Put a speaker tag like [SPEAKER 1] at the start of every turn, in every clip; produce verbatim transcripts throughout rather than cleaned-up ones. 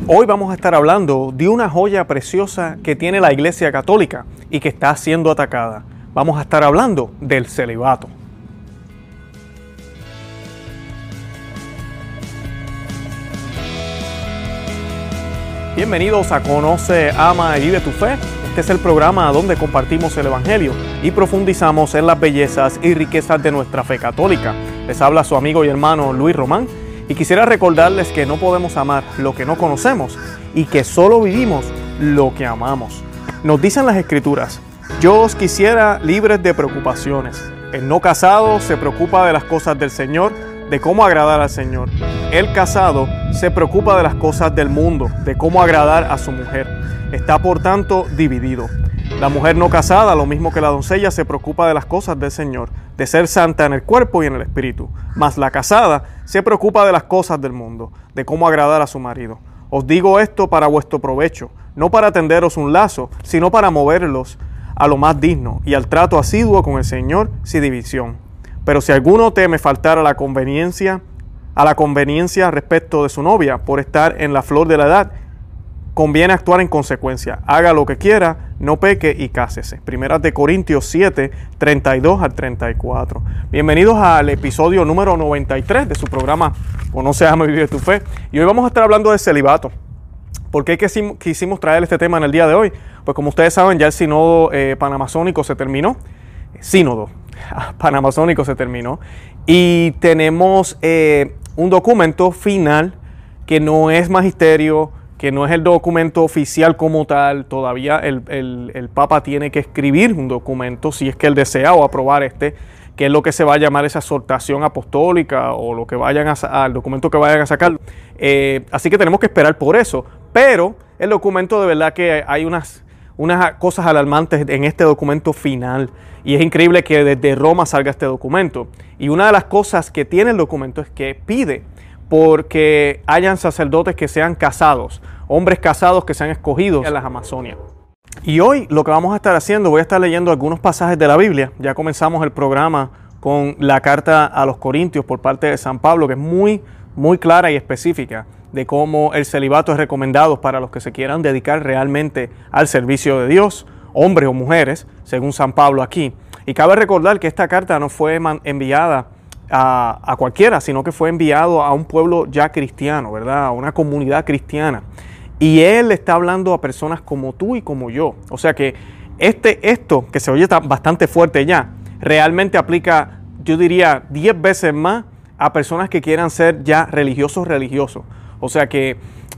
[SPEAKER 1] Hoy vamos a estar hablando de una joya preciosa que tiene la Iglesia Católica y que está siendo atacada. Vamos a estar hablando del celibato. Bienvenidos a Conoce, Ama y Vive tu Fe. Este es el programa donde compartimos el Evangelio y profundizamos en las bellezas y riquezas de nuestra fe católica. Les habla su amigo y hermano Luis Román y quisiera recordarles que no podemos amar lo que no conocemos y que solo vivimos lo que amamos. Nos dicen las Escrituras: yo os quisiera libres de preocupaciones. El no casado se preocupa de las cosas del Señor, de cómo agradar al Señor. El casado se preocupa de las cosas del mundo, de cómo agradar a su mujer. Está por tanto dividido. La mujer no casada, lo mismo que la doncella, se preocupa de las cosas del Señor, de ser santa en el cuerpo y en el espíritu. Mas la casada se preocupa de las cosas del mundo, de cómo agradar a su marido. Os digo esto para vuestro provecho, no para tenderos un lazo, sino para moverlos a lo más digno y al trato asiduo con el Señor sin división. Pero si alguno teme faltar a la conveniencia, a la conveniencia respecto de su novia por estar en la flor de la edad, conviene actuar en consecuencia. Haga lo que quiera, no peque y cásese. Primera de Corintios siete, treinta y dos al treinta y cuatro. Bienvenidos al episodio número noventa y tres de su programa Conoce, Ama y Vive tu Fe. Y hoy vamos a estar hablando de celibato. ¿Por qué quisimos traer este tema en el día de hoy? Pues como ustedes saben, ya el sínodo eh, panamazónico se terminó. Sínodo panamazónico se terminó. Y tenemos eh, un documento final que no es magisterio, que no es el documento oficial como tal. Todavía el, el, el Papa tiene que escribir un documento, si es que él desea, o aprobar este, que es lo que se va a llamar esa exhortación apostólica, o lo que vayan a, al documento que vayan a sacar. Eh, así que tenemos que esperar por eso. Pero el documento, de verdad que hay unas, unas cosas alarmantes en este documento final. Y es increíble que desde Roma salga este documento. Y una de las cosas que tiene el documento es que pide porque hayan sacerdotes que sean casados, hombres casados que sean escogidos en las Amazonias. Y hoy lo que vamos a estar haciendo, voy a estar leyendo algunos pasajes de la Biblia. Ya comenzamos el programa con la carta a los Corintios por parte de San Pablo, que es muy, muy clara y específica de cómo el celibato es recomendado para los que se quieran dedicar realmente al servicio de Dios, hombres o mujeres, según San Pablo aquí. Y cabe recordar que esta carta no fue enviada A, a cualquiera, sino que fue enviado a un pueblo ya cristiano, ¿verdad? A una comunidad cristiana. Y él está hablando a personas como tú y como yo. O sea que este, esto, que se oye bastante fuerte ya, realmente aplica, yo diría, diez veces más a personas que quieran ser ya religiosos religiosos. O sea que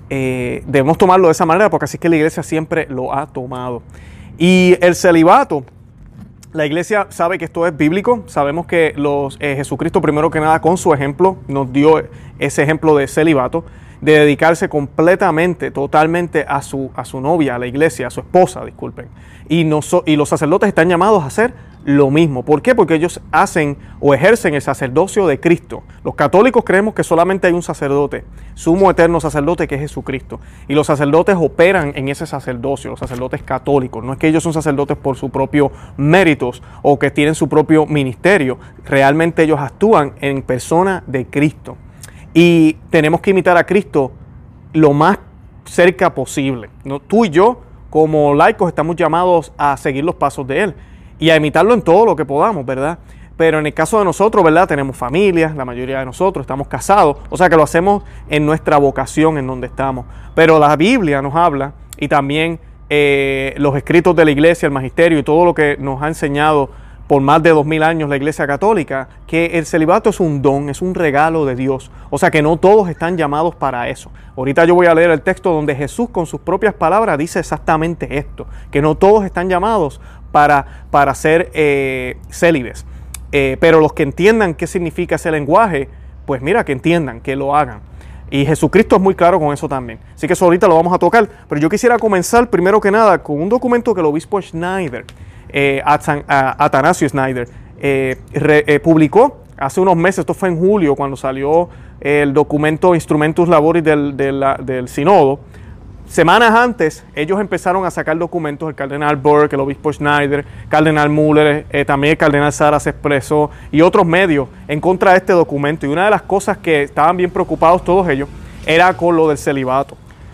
[SPEAKER 1] eh, debemos tomarlo de esa manera, porque así es que la iglesia siempre lo ha tomado. Y el celibato, la iglesia sabe que esto es bíblico. Sabemos que los, eh, Jesucristo, primero que nada, con su ejemplo, nos dio ese ejemplo de celibato, de dedicarse completamente, totalmente a su, a su novia, a la iglesia, a su esposa, disculpen. Y, no so, y los sacerdotes están llamados a hacer lo mismo. ¿Por qué? Porque ellos hacen o ejercen el sacerdocio de Cristo. Los católicos creemos que solamente hay un sacerdote, sumo eterno sacerdote, que es Jesucristo. Y los sacerdotes operan en ese sacerdocio, los sacerdotes católicos. No es que ellos son sacerdotes por sus propios méritos o que tienen su propio ministerio. Realmente ellos actúan en persona de Cristo. Y tenemos que imitar a Cristo lo más cerca posible. ¿No? Tú y yo, como laicos, estamos llamados a seguir los pasos de Él y a imitarlo en todo lo que podamos, ¿verdad? Pero en el caso de nosotros, ¿verdad? Tenemos familias, la mayoría de nosotros estamos casados, o sea que lo hacemos en nuestra vocación, en donde estamos. Pero la Biblia nos habla, y también eh, los escritos de la iglesia, el magisterio y todo lo que nos ha enseñado por más de dos mil años la Iglesia Católica, que el celibato es un don, es un regalo de Dios. O sea que no todos están llamados para eso. Ahorita yo voy a leer el texto donde Jesús con sus propias palabras dice exactamente esto, que no todos están llamados para, para ser eh, célibes. Eh, pero los que entiendan qué significa ese lenguaje, pues mira, que entiendan, que lo hagan. Y Jesucristo es muy claro con eso también. Así que eso ahorita lo vamos a tocar. Pero yo quisiera comenzar primero que nada con un documento que el obispo Schneider, eh, Atanasio Schneider, eh, re, eh, publicó hace unos meses. Esto fue en julio, cuando salió el documento Instrumentus Laboris del, del, del Sínodo. Semanas antes, ellos empezaron a sacar documentos, el cardenal Burke, el obispo Schneider, cardenal Müller, eh, también el cardenal Sara se expresó, y otros medios en contra de este documento. Y una de las cosas que estaban bien preocupados todos ellos era con lo del celibato.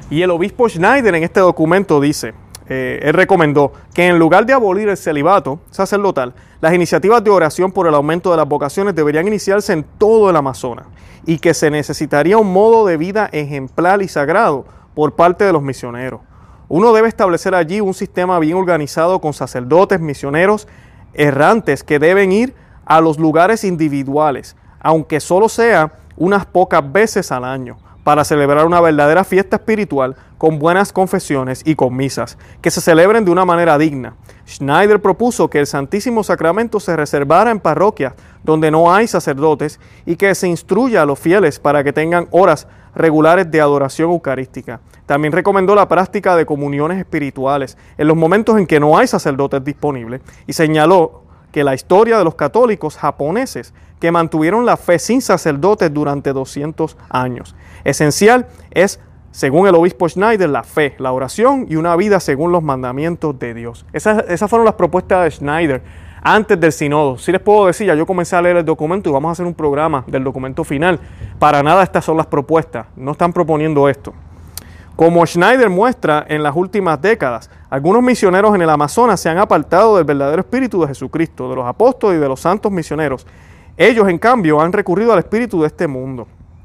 [SPEAKER 1] Y el obispo Schneider en este documento dice, eh, él recomendó que en lugar de abolir el celibato sacerdotal, las iniciativas de oración por el aumento de las vocaciones deberían iniciarse en todo el Amazonas y que se necesitaría un modo de vida ejemplar y sagrado por parte de los misioneros. Uno debe establecer allí un sistema bien organizado con sacerdotes, misioneros, errantes que deben ir a los lugares individuales, aunque solo sea unas pocas veces al año, para celebrar una verdadera fiesta espiritual con buenas confesiones y con misas, que se celebren de una manera digna. Schneider propuso que el Santísimo Sacramento se reservara en parroquias donde no hay sacerdotes y que se instruya a los fieles para que tengan horas regulares de adoración eucarística. También recomendó la práctica de comuniones espirituales en los momentos en que no hay sacerdotes disponibles y señaló que la historia de los católicos japoneses que mantuvieron la fe sin sacerdotes durante doscientos años. Esencial es, según el obispo Schneider, la fe, la oración y una vida según los mandamientos de Dios. Esas, esas fueron las propuestas de Schneider antes del sínodo. Sí les puedo decir, ya yo comencé a leer el documento y vamos a hacer un programa del documento final. Para nada estas son las propuestas, no están proponiendo esto. Como Schneider muestra en las últimas décadas, algunos misioneros en el Amazonas se han apartado del verdadero espíritu de Jesucristo, de los apóstoles y de los santos misioneros. Ellos, en cambio, han recurrido al espíritu de este mundo.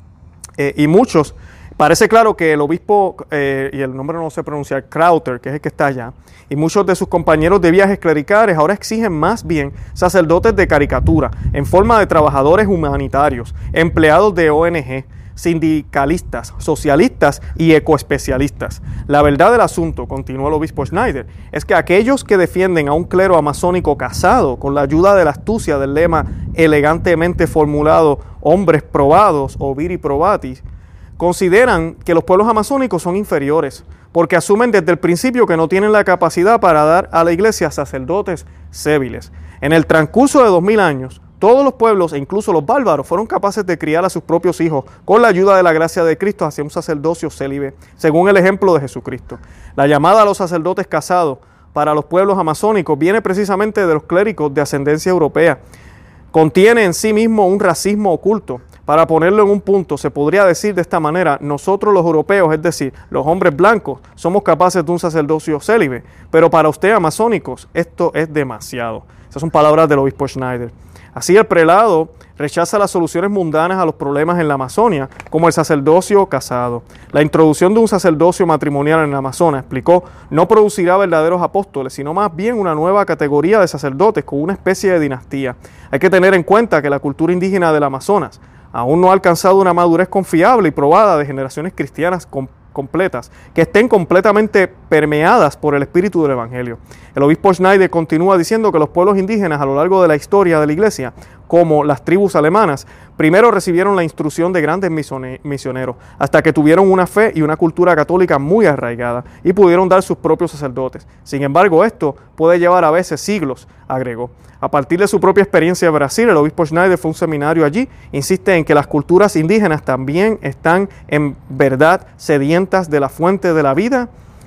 [SPEAKER 1] Eh, y muchos, parece claro que el obispo, eh, y el nombre no sé pronunciar, Crowther, que es el que está allá, y muchos de sus compañeros de viajes clericales ahora exigen más bien sacerdotes de caricatura, en forma de trabajadores humanitarios, empleados de O N G, sindicalistas, socialistas y ecoespecialistas. La verdad del asunto, continuó el obispo Schneider, es que aquellos que defienden a un clero amazónico casado con la ayuda de la astucia del lema elegantemente formulado hombres probados o viri probatis, consideran que los pueblos amazónicos son inferiores, porque asumen desde el principio que no tienen la capacidad para dar a la iglesia sacerdotes séviles. En el transcurso de dos mil años, todos los pueblos, e incluso los bárbaros, fueron capaces de criar a sus propios hijos con la ayuda de la gracia de Cristo hacia un sacerdocio célibe, según el ejemplo de Jesucristo. La llamada a los sacerdotes casados para los pueblos amazónicos viene precisamente de los clérigos de ascendencia europea. Contiene en sí mismo un racismo oculto. Para ponerlo en un punto, se podría decir de esta manera: nosotros los europeos, es decir, los hombres blancos, somos capaces de un sacerdocio célibe, pero para ustedes amazónicos esto es demasiado. Esas son palabras del obispo Schneider. Así el prelado rechaza las soluciones mundanas a los problemas en la Amazonia, como el sacerdocio casado. La introducción de un sacerdocio matrimonial en la Amazonas, explicó, no producirá verdaderos apóstoles, sino más bien una nueva categoría de sacerdotes con una especie de dinastía. Hay que tener en cuenta que la cultura indígena del Amazonas aún no ha alcanzado una madurez confiable y probada de generaciones cristianas com- completas, que estén completamente permeadas por el espíritu del Evangelio. El obispo Schneider continúa diciendo que los pueblos indígenas a lo largo de la historia de la Iglesia, como las tribus alemanas, primero recibieron la instrucción de grandes misioneros, hasta que tuvieron una fe y una cultura católica muy arraigada y pudieron dar sus propios sacerdotes. Sin embargo, esto puede llevar a veces siglos, agregó. A partir de su propia experiencia de Brasil, el obispo Schneider fue a un seminario allí, insiste en que las culturas indígenas también están en verdad sedientas de la fuente de la vida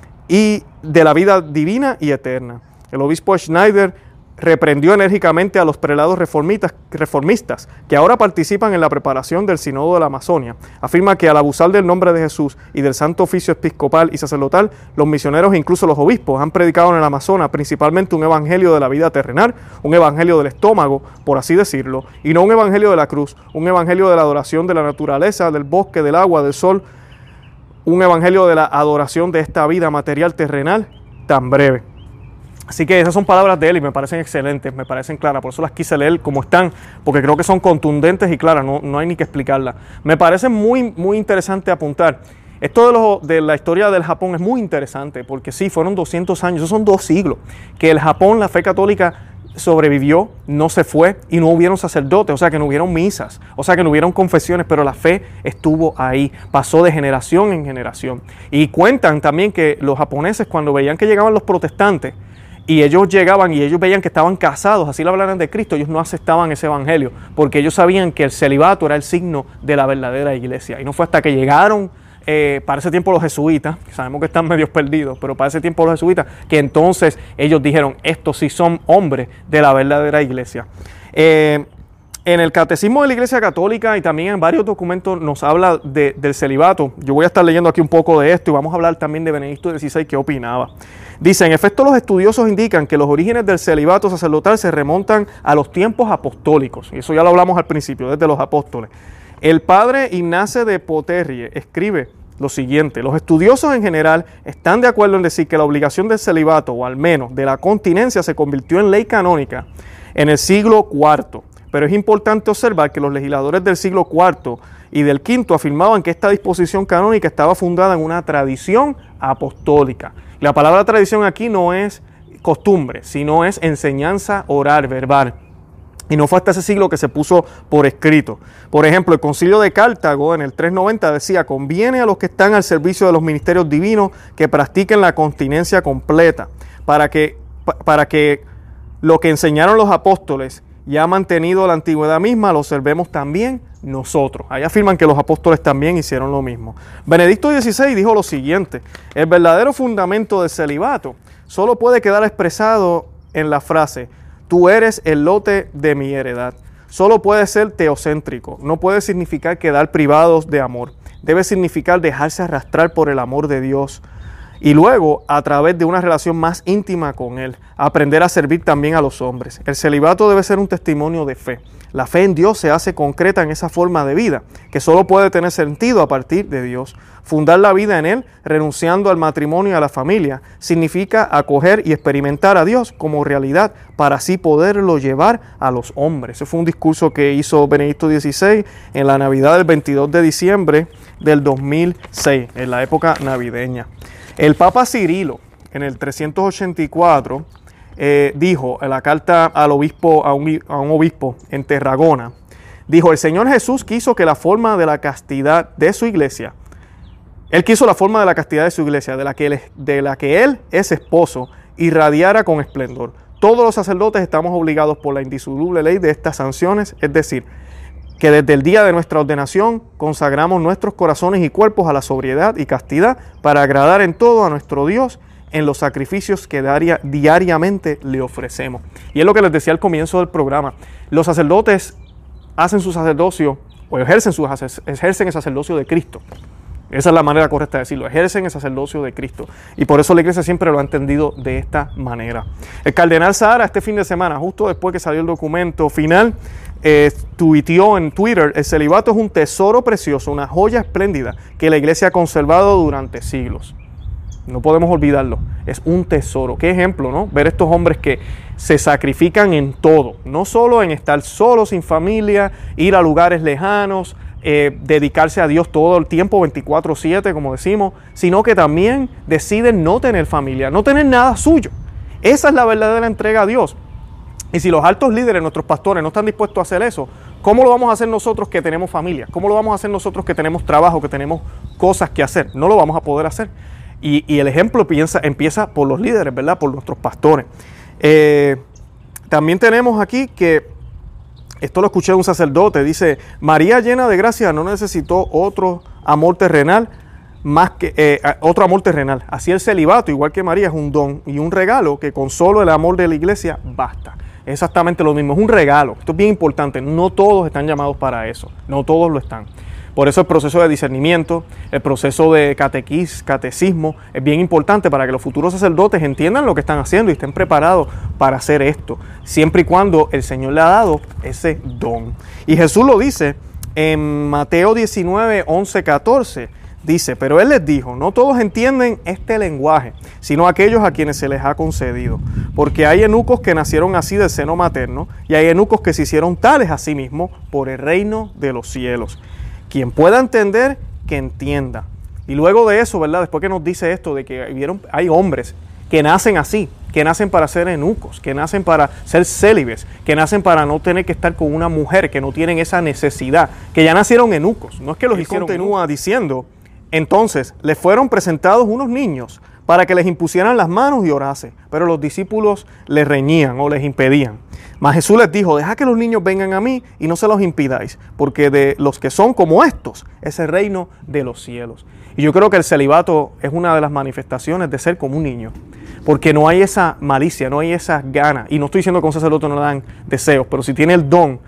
[SPEAKER 1] y de la vida divina y eterna. El obispo Schneider reprendió enérgicamente a los prelados reformistas, reformistas que ahora participan en la preparación del Sínodo de la Amazonia. Afirma que al abusar del nombre de Jesús y del santo oficio episcopal y sacerdotal, los misioneros e incluso los obispos han predicado en el Amazonas principalmente un evangelio de la vida terrenal, un evangelio del estómago, por así decirlo, y no un evangelio de la cruz, un evangelio de la adoración de la naturaleza, del bosque, del agua, del sol, un evangelio de la adoración de esta vida material terrenal tan breve. Así que esas son palabras de él y me parecen excelentes, me parecen claras, por eso las quise leer como están, porque creo que son contundentes y claras, no, no hay ni que explicarlas. Me parece muy, muy interesante apuntar. Esto de, lo, de la historia del Japón es muy interesante, porque sí, fueron doscientos años, esos son dos siglos, que el Japón, la fe católica, sobrevivió, no se fue y no hubieron sacerdotes, o sea que no hubieron misas, o sea que no hubieron confesiones, pero la fe estuvo ahí, pasó de generación en generación. Y cuentan también que los japoneses, cuando veían que llegaban los protestantes, y ellos llegaban y ellos veían que estaban casados, así le hablaran de Cristo, ellos no aceptaban ese evangelio, porque ellos sabían que el celibato era el signo de la verdadera iglesia. Y no fue hasta que llegaron, eh, para ese tiempo los jesuitas, que sabemos que están medios perdidos, pero para ese tiempo los jesuitas, que entonces ellos dijeron, estos sí son hombres de la verdadera iglesia. Eh, En el Catecismo de la Iglesia Católica y también en varios documentos nos habla de, del celibato. Yo voy a estar leyendo aquí un poco de esto y vamos a hablar también de Benedicto dieciséis, qué opinaba. Dice, en efecto, los estudiosos indican que los orígenes del celibato sacerdotal se remontan a los tiempos apostólicos. Y eso ya lo hablamos al principio, desde los apóstoles. El padre Ignace de Poterrie escribe lo siguiente: los estudiosos en general están de acuerdo en decir que la obligación del celibato, o al menos de la continencia, se convirtió en ley canónica en el siglo cuarto. Pero es importante observar que los legisladores del siglo cuarto y del quinto afirmaban que esta disposición canónica estaba fundada en una tradición apostólica. La palabra tradición aquí no es costumbre, sino es enseñanza oral, verbal. Y no fue hasta ese siglo que se puso por escrito. Por ejemplo, el Concilio de Cartago en el trescientos noventa decía: conviene a los que están al servicio de los ministerios divinos que practiquen la continencia completa, para que, para que lo que enseñaron los apóstoles y ha mantenido la antigüedad misma, lo observemos también nosotros. Ahí afirman que los apóstoles también hicieron lo mismo. Benedicto dieciséis dijo lo siguiente: el verdadero fundamento del celibato solo puede quedar expresado en la frase: tú eres el lote de mi heredad. Solo puede ser teocéntrico, no puede significar quedar privados de amor. Debe significar dejarse arrastrar por el amor de Dios y luego, a través de una relación más íntima con Él, aprender a servir también a los hombres. El celibato debe ser un testimonio de fe. La fe en Dios se hace concreta en esa forma de vida, que solo puede tener sentido a partir de Dios. Fundar la vida en Él, renunciando al matrimonio y a la familia, significa acoger y experimentar a Dios como realidad, para así poderlo llevar a los hombres. Ese fue un discurso que hizo Benedicto dieciséis en la Navidad del veintidós de diciembre del dos mil seis, en la época navideña. El Papa Cirilo, en el trescientos ochenta y cuatro, eh, dijo en la carta al obispo, a un, a un obispo en Tarragona, dijo: el Señor Jesús quiso que la forma de la castidad de su iglesia, Él quiso la forma de la castidad de su iglesia, de la que Él, de la que él es esposo, irradiara con esplendor. Todos los sacerdotes estamos obligados por la indisoluble ley de estas sanciones, es decir, que desde el día de nuestra ordenación consagramos nuestros corazones y cuerpos a la sobriedad y castidad para agradar en todo a nuestro Dios en los sacrificios que diaria, diariamente le ofrecemos. Y es lo que les decía al comienzo del programa. Los sacerdotes hacen su sacerdocio o ejercen, su, ejercen el sacerdocio de Cristo. Esa es la manera correcta de decirlo, ejercen el sacerdocio de Cristo. Y por eso la iglesia siempre lo ha entendido de esta manera. El cardenal Sahara este fin de semana, justo después que salió el documento final, eh, tuiteó en Twitter: el celibato es un tesoro precioso, una joya espléndida que la iglesia ha conservado durante siglos. No podemos olvidarlo, es un tesoro. Qué ejemplo, ¿no? Ver estos hombres que se sacrifican en todo, no solo en estar solos, sin familia, ir a lugares lejanos, Eh, dedicarse a Dios todo el tiempo, veinticuatro siete, como decimos, sino que también deciden no tener familia, no tener nada suyo. Esa es la verdadera entrega a Dios. Y si los altos líderes, nuestros pastores, no están dispuestos a hacer eso, ¿cómo lo vamos a hacer nosotros que tenemos familia? ¿Cómo lo vamos a hacer nosotros que tenemos trabajo, que tenemos cosas que hacer? No lo vamos a poder hacer. Y, y el ejemplo piensa, empieza por los líderes, ¿verdad? Por nuestros pastores. Eh, también tenemos aquí que esto lo escuché de un sacerdote, dice: María, llena de gracia, no necesitó otro amor terrenal, más que eh, otro amor terrenal. Así el celibato, igual que María, es un don y un regalo que con solo el amor de la iglesia basta. Es exactamente lo mismo, es un regalo. Esto es bien importante, no todos están llamados para eso, no todos lo están. Por eso el proceso de discernimiento, el proceso de catequis, catecismo, es bien importante para que los futuros sacerdotes entiendan lo que están haciendo y estén preparados para hacer esto, siempre y cuando el Señor le ha dado ese don. Y Jesús lo dice en Mateo diecinueve, once, catorce, dice: pero Él les dijo, no todos entienden este lenguaje, sino aquellos a quienes se les ha concedido, porque hay eunucos que nacieron así del seno materno, y hay eunucos que se hicieron tales a sí mismos por el reino de los cielos. Quien pueda entender, que entienda. Y luego de eso, ¿verdad? Después que nos dice esto de que vieron, hay hombres que nacen así, que nacen para ser eunucos, que nacen para ser célibes, que nacen para no tener que estar con una mujer, que no tienen esa necesidad, que ya nacieron eunucos. No es que los hicieron. Continúa diciendo: entonces les fueron presentados unos niños para que les impusieran las manos y orase, pero los discípulos les reñían o les impedían. Mas Jesús les dijo: deja que los niños vengan a mí y no se los impidáis, porque de los que son como estos es el reino de los cielos. Y yo creo que el celibato es una de las manifestaciones de ser como un niño, porque no hay esa malicia, no hay esas ganas. Y no estoy diciendo que a un sacerdote no le dan deseos, pero si tiene el don,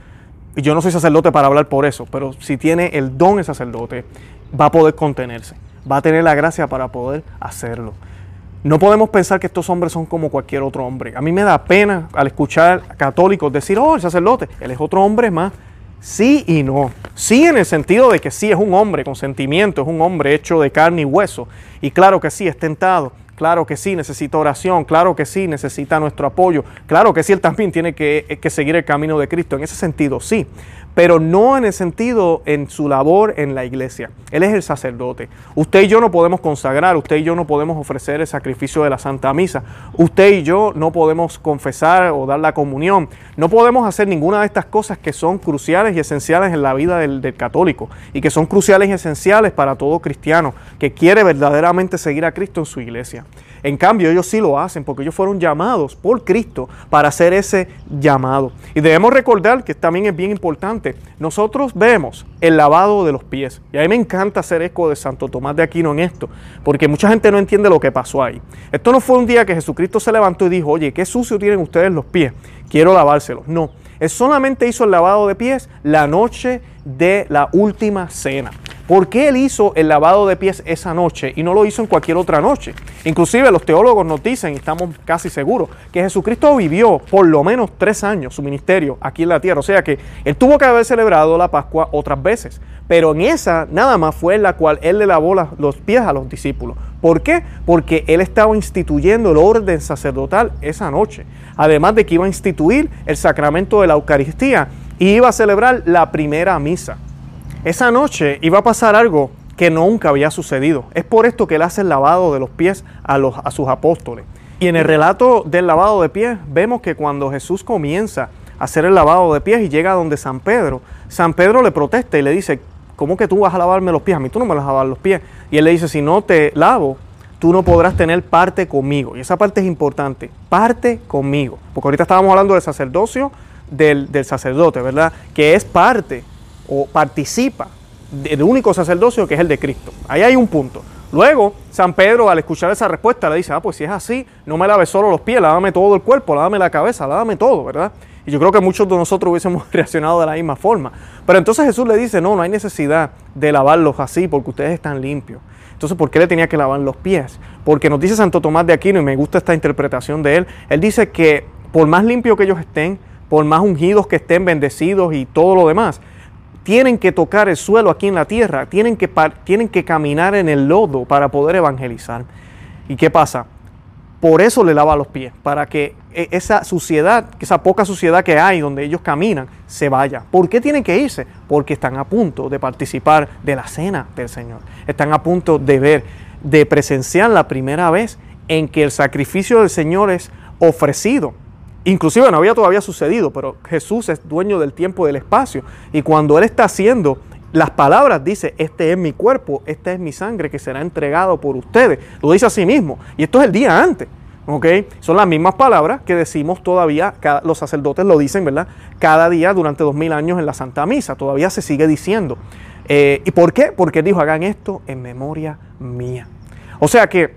[SPEAKER 1] y yo no soy sacerdote para hablar por eso, pero si tiene el don de sacerdote, va a poder contenerse, va a tener la gracia para poder hacerlo. No podemos pensar que estos hombres son como cualquier otro hombre. A mí me da pena al escuchar católicos decir, oh, el sacerdote, él es otro hombre más. Sí y no. Sí en el sentido de que sí es un hombre con sentimientos, es un hombre hecho de carne y hueso. Y claro que sí, es tentado. Claro que sí, necesita oración, claro que sí, necesita nuestro apoyo, claro que sí, él también tiene que, que seguir el camino de Cristo, en ese sentido sí, pero no en el sentido en su labor en la iglesia. Él es el sacerdote. Usted y yo no podemos consagrar, usted y yo no podemos ofrecer el sacrificio de la Santa Misa, usted y yo no podemos confesar o dar la comunión, no podemos hacer ninguna de estas cosas que son cruciales y esenciales en la vida del, del católico y que son cruciales y esenciales para todo cristiano que quiere verdaderamente seguir a Cristo en su iglesia. En cambio, ellos sí lo hacen porque ellos fueron llamados por Cristo para hacer ese llamado. Y debemos recordar que también es bien importante. Nosotros vemos el lavado de los pies. Y a mí me encanta hacer eco de Santo Tomás de Aquino en esto, porque mucha gente no entiende lo que pasó ahí. Esto no fue un día que Jesucristo se levantó y dijo, oye, qué sucio tienen ustedes los pies, quiero lavárselos. No, él solamente hizo el lavado de pies la noche de la última cena. ¿Por qué él hizo el lavado de pies esa noche y no lo hizo en cualquier otra noche? Inclusive los teólogos nos dicen, y estamos casi seguros, que Jesucristo vivió por lo menos tres años su ministerio aquí en la tierra. O sea que él tuvo que haber celebrado la Pascua otras veces. Pero en esa nada más fue en la cual él le lavó la, los pies a los discípulos. ¿Por qué? Porque él estaba instituyendo el orden sacerdotal esa noche. Además de que iba a instituir el sacramento de la Eucaristía y iba a celebrar la primera misa. Esa noche iba a pasar algo que nunca había sucedido. Es por esto que él hace el lavado de los pies a, los, a sus apóstoles. Y en el relato del lavado de pies vemos que cuando Jesús comienza a hacer el lavado de pies y llega donde San Pedro, San Pedro le protesta y le dice, ¿cómo que tú vas a lavarme los pies? A mí tú no me vas a lavar los pies. Y él le dice, si no te lavo, tú no podrás tener parte conmigo. Y esa parte es importante, parte conmigo. Porque ahorita estábamos hablando del sacerdocio del, del sacerdote, ¿verdad? Que es parte o participa del único sacerdocio que es el de Cristo. Ahí hay un punto. Luego, San Pedro, al escuchar esa respuesta, le dice, ah, pues si es así, no me laves solo los pies, lávame todo el cuerpo, lávame la cabeza, lávame todo, ¿verdad? Y yo creo que muchos de nosotros hubiésemos reaccionado de la misma forma. Pero entonces Jesús le dice, no, no hay necesidad de lavarlos así porque ustedes están limpios. Entonces, ¿por qué le tenía que lavar los pies? Porque nos dice Santo Tomás de Aquino, y me gusta esta interpretación de él, él dice que por más limpios que ellos estén, por más ungidos que estén, bendecidos y todo lo demás, tienen que tocar el suelo aquí en la tierra, tienen que, tienen que caminar en el lodo para poder evangelizar. ¿Y qué pasa? Por eso le lava los pies, para que esa suciedad, esa poca suciedad que hay donde ellos caminan, se vaya. ¿Por qué tienen que irse? Porque están a punto de participar de la cena del Señor. Están a punto de ver, de presenciar la primera vez en que el sacrificio del Señor es ofrecido. Inclusive no había todavía sucedido, pero Jesús es dueño del tiempo y del espacio. Y cuando Él está haciendo las palabras, dice, este es mi cuerpo, esta es mi sangre que será entregado por ustedes. Lo dice a sí mismo. Y esto es el día antes. ¿Okay? Son las mismas palabras que decimos todavía, cada, los sacerdotes lo dicen, ¿verdad? Cada día durante dos mil años en la Santa Misa. Todavía se sigue diciendo. Eh, ¿Y por qué? Porque Él dijo, hagan esto en memoria mía. O sea que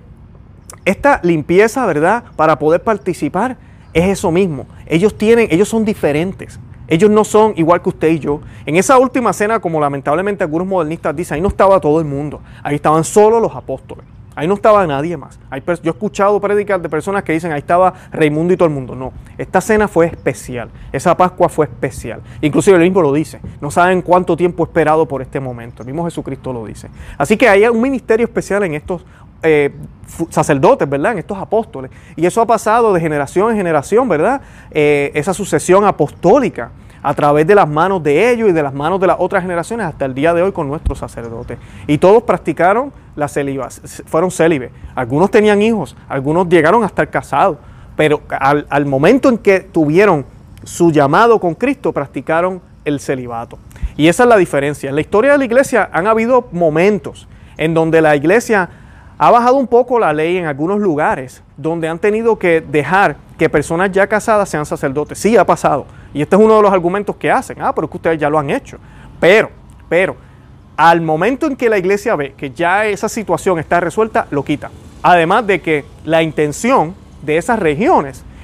[SPEAKER 1] esta limpieza, ¿verdad? Para poder participar, es eso mismo. Ellos tienen, ellos son diferentes. Ellos no son igual que usted y yo. En esa última cena, como lamentablemente algunos modernistas dicen, ahí no estaba todo el mundo. Ahí estaban solo los apóstoles. Ahí no estaba nadie más. Hay, yo he escuchado prédicas de personas que dicen, ahí estaba Raimundo y todo el mundo. No, esta cena fue especial. Esa Pascua fue especial. Inclusive el mismo lo dice. No saben cuánto tiempo he esperado por este momento. El mismo Jesucristo lo dice. Así que hay un ministerio especial en estos Eh, sacerdotes, ¿verdad? En estos apóstoles. Y eso ha pasado de generación en generación, ¿verdad? Eh, esa sucesión apostólica a través de las manos de ellos y de las manos de las otras generaciones hasta el día de hoy con nuestros sacerdotes. Y todos practicaron la celiba, fueron célibes. Algunos tenían hijos, algunos llegaron a estar casados, pero al, al momento en que tuvieron su llamado con Cristo, practicaron el celibato. Y esa es la diferencia. En la historia de la iglesia han habido momentos en donde la iglesia ha bajado un poco la ley en algunos lugares donde han tenido que dejar que personas ya casadas sean sacerdotes. Sí, ha pasado. Y este es uno de los argumentos que hacen. Ah, pero es que ustedes ya lo han hecho. Pero, pero, al momento en que la iglesia ve que ya esa situación está resuelta, lo quita. Además de que la intención de esas regiones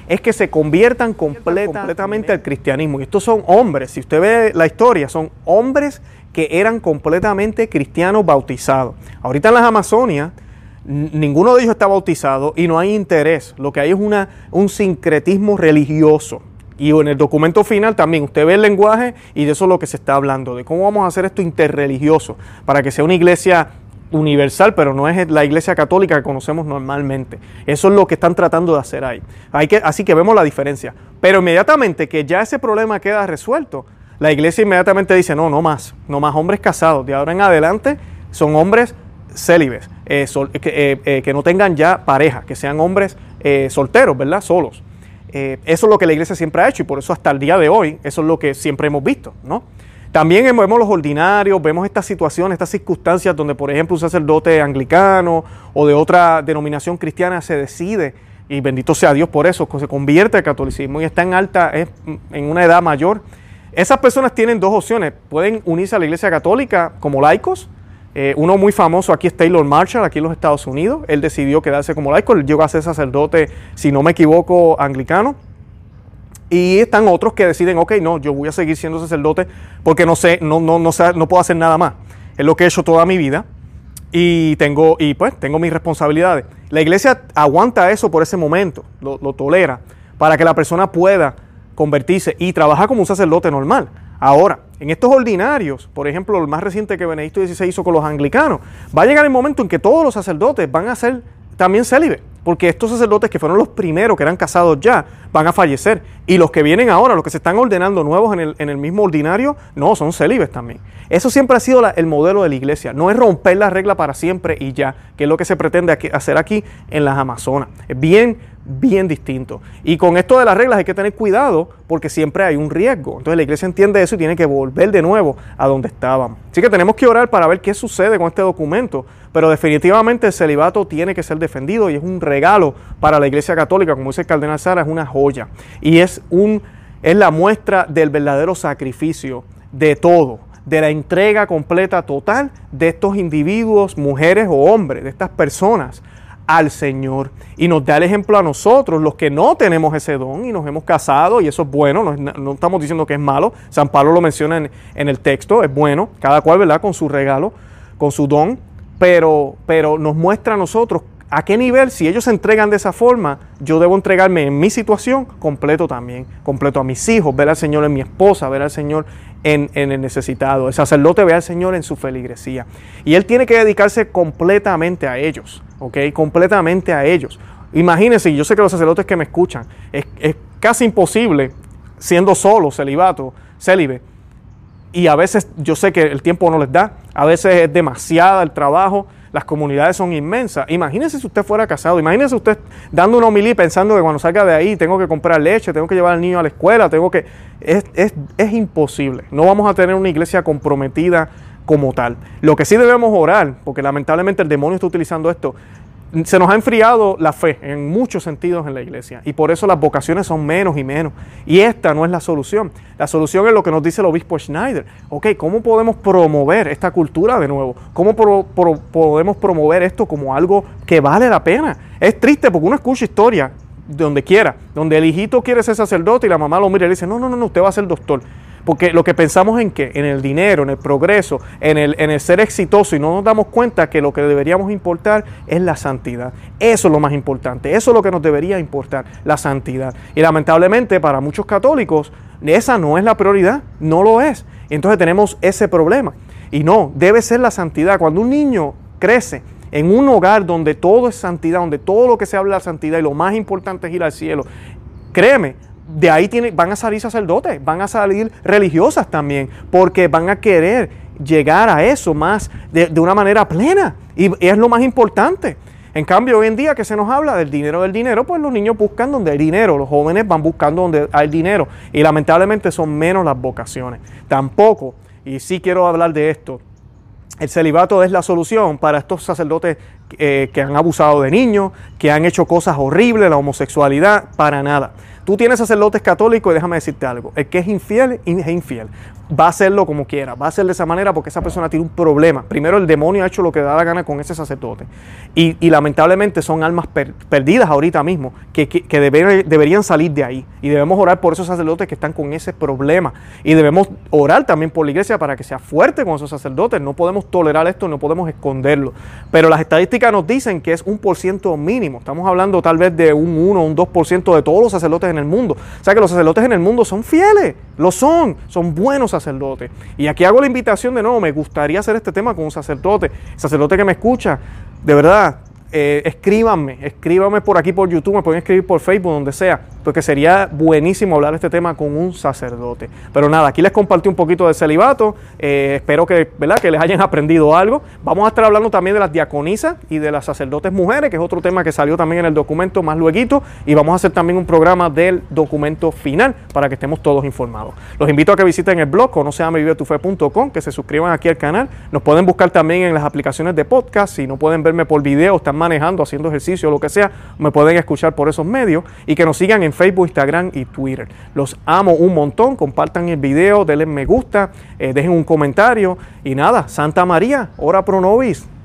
[SPEAKER 1] es que se conviertan completa, completamente al cristianismo. Y estos son hombres, si usted ve la historia, son hombres que eran completamente cristianos bautizados. Ahorita en las Amazonias, ninguno de ellos está bautizado y no hay interés. Lo que hay es una, un sincretismo religioso. Y en el documento final también usted ve el lenguaje y de eso es lo que se está hablando, de cómo vamos a hacer esto interreligioso para que sea una iglesia universal, pero no es la iglesia católica que conocemos normalmente. Eso es lo que están tratando de hacer ahí. Hay que, así que vemos la diferencia. Pero inmediatamente que ya ese problema queda resuelto, la iglesia inmediatamente dice, no, no más, no más hombres casados. De ahora en adelante son hombres célibes, eh, sol, que, eh, eh, que no tengan ya pareja, que sean hombres eh, solteros, ¿verdad? Solos. Eh, eso es lo que la iglesia siempre ha hecho y por eso hasta el día de hoy, eso es lo que siempre hemos visto, ¿no? También vemos los ordinarios, vemos estas situaciones, estas circunstancias donde, por ejemplo, un sacerdote anglicano o de otra denominación cristiana se decide, y bendito sea Dios por eso, se convierte al catolicismo y está en alta, es, en una edad mayor. Esas personas tienen dos opciones, pueden unirse a la iglesia católica como laicos. Eh, uno muy famoso aquí es Taylor Marshall, aquí en los Estados Unidos. Él decidió quedarse como laico, él llegó a ser sacerdote, si no me equivoco, anglicano. Y están otros que deciden, ok, no, yo voy a seguir siendo sacerdote porque no sé, no, no, no, sé, no puedo hacer nada más. Es lo que he hecho toda mi vida y tengo, y pues tengo mis responsabilidades. La iglesia aguanta eso por ese momento, lo, lo tolera, para que la persona pueda convertirse y trabajar como un sacerdote normal. Ahora, en estos ordinarios, por ejemplo, el más reciente que Benedicto dieciséis hizo con los anglicanos, va a llegar el momento en que todos los sacerdotes van a ser también célibes, porque estos sacerdotes que fueron los primeros que eran casados ya, van a fallecer. Y los que vienen ahora, los que se están ordenando nuevos en el, en el mismo ordinario, no, son célibes también. Eso siempre ha sido la, el modelo de la iglesia, no es romper la regla para siempre y ya, que es lo que se pretende aquí, hacer aquí en las Amazonas. Es bien, bien distinto. Y con esto de las reglas hay que tener cuidado porque siempre hay un riesgo. Entonces la iglesia entiende eso y tiene que volver de nuevo a donde estábamos. Así que tenemos que orar para ver qué sucede con este documento, pero definitivamente el celibato tiene que ser defendido y es un regalo para la iglesia católica, como dice el cardenal Sara, es una joya. Y es, un, es la muestra del verdadero sacrificio de todo, de la entrega completa, total de estos individuos, mujeres o hombres, de estas personas, al Señor. Y nos da el ejemplo a nosotros, los que no tenemos ese don y nos hemos casado, y eso es bueno, no, es, no estamos diciendo que es malo. San Pablo lo menciona en, en el texto, es bueno, cada cual, ¿verdad?, con su regalo, con su don, pero, pero nos muestra a nosotros a qué nivel, si ellos se entregan de esa forma, yo debo entregarme en mi situación completo también, completo a mis hijos, ver al Señor en mi esposa, ver al Señor en, en el necesitado. El sacerdote ve al Señor en su feligresía. Y él tiene que dedicarse completamente a ellos, ¿ok? Completamente a ellos. Imagínense, yo sé que los sacerdotes que me escuchan, es, es casi imposible, siendo solo, celibato, célibe, y a veces yo sé que el tiempo no les da, a veces es demasiado el trabajo, las comunidades son inmensas. Imagínese si usted fuera casado, imagínese usted dando una homilía pensando que cuando salga de ahí tengo que comprar leche, tengo que llevar al niño a la escuela, tengo que... Es, es, es imposible, no vamos a tener una iglesia comprometida como tal. Lo que sí debemos orar, porque lamentablemente el demonio está utilizando esto, se nos ha enfriado la fe en muchos sentidos en la iglesia y por eso las vocaciones son menos y menos. Y esta no es la solución. La solución es lo que nos dice el obispo Schneider. Ok, ¿cómo podemos promover esta cultura de nuevo? ¿Cómo pro, pro, podemos promover esto como algo que vale la pena? Es triste porque uno escucha historias de donde quiera, donde el hijito quiere ser sacerdote y la mamá lo mira y le dice, no, no, no, no, usted va a ser doctor. Porque lo que pensamos en qué, en el dinero, en el progreso, en el, en el ser exitoso y no nos damos cuenta que lo que deberíamos importar es la santidad. Eso es lo más importante, eso es lo que nos debería importar, la santidad. Y lamentablemente para muchos católicos esa no es la prioridad, no lo es. Y entonces tenemos ese problema. Y no, debe ser la santidad. Cuando un niño crece en un hogar donde todo es santidad, donde todo lo que se habla de la santidad y lo más importante es ir al cielo, créeme, de ahí tiene, van a salir sacerdotes, van a salir religiosas también, porque van a querer llegar a eso más de, de una manera plena, y, y es lo más importante. En cambio, hoy en día que se nos habla del dinero del dinero, pues los niños buscan donde hay dinero, los jóvenes van buscando donde hay dinero, y lamentablemente son menos las vocaciones. Tampoco, y sí quiero hablar de esto, el celibato es la solución para estos sacerdotes eh, que han abusado de niños, que han hecho cosas horribles, la homosexualidad, para nada. Tú tienes sacerdotes católicos y déjame decirte algo, el que es infiel, es infiel. Va a hacerlo como quiera, va a hacer de esa manera porque esa persona tiene un problema. Primero el demonio ha hecho lo que da la gana con ese sacerdote. Y, y lamentablemente son almas per, perdidas ahorita mismo, que, que, que deber, deberían salir de ahí. Y debemos orar por esos sacerdotes que están con ese problema. Y debemos orar también por la iglesia para que sea fuerte con esos sacerdotes. No podemos tolerar esto, no podemos esconderlo. Pero las estadísticas nos dicen que es un por ciento mínimo. Estamos hablando tal vez de un uno o un dos por ciento de todos los sacerdotes en el mundo. O sea que los sacerdotes en el mundo son fieles, lo son, son buenos sacerdotes. Y aquí hago la invitación de nuevo, me gustaría hacer este tema con un sacerdote, sacerdote que me escucha, de verdad, eh, escríbanme, escríbanme por aquí por YouTube, me pueden escribir por Facebook, donde sea, porque sería buenísimo hablar de este tema con un sacerdote. Pero nada, aquí les compartí un poquito del celibato, eh, espero que, ¿verdad?, que les hayan aprendido algo. Vamos a estar hablando también de las diaconisas y de las sacerdotes mujeres, que es otro tema que salió también en el documento más lueguito, y vamos a hacer también un programa del documento final para que estemos todos informados. Los invito a que visiten el blog conoceame vive tu fe punto com, que se suscriban aquí al canal, nos pueden buscar también en las aplicaciones de podcast, si no pueden verme por video, están manejando, haciendo ejercicio o lo que sea, me pueden escuchar por esos medios, y que nos sigan en Facebook, Instagram y Twitter. Los amo un montón, compartan el video, denle me gusta, eh, dejen un comentario, y nada, Santa María, ora pro nobis.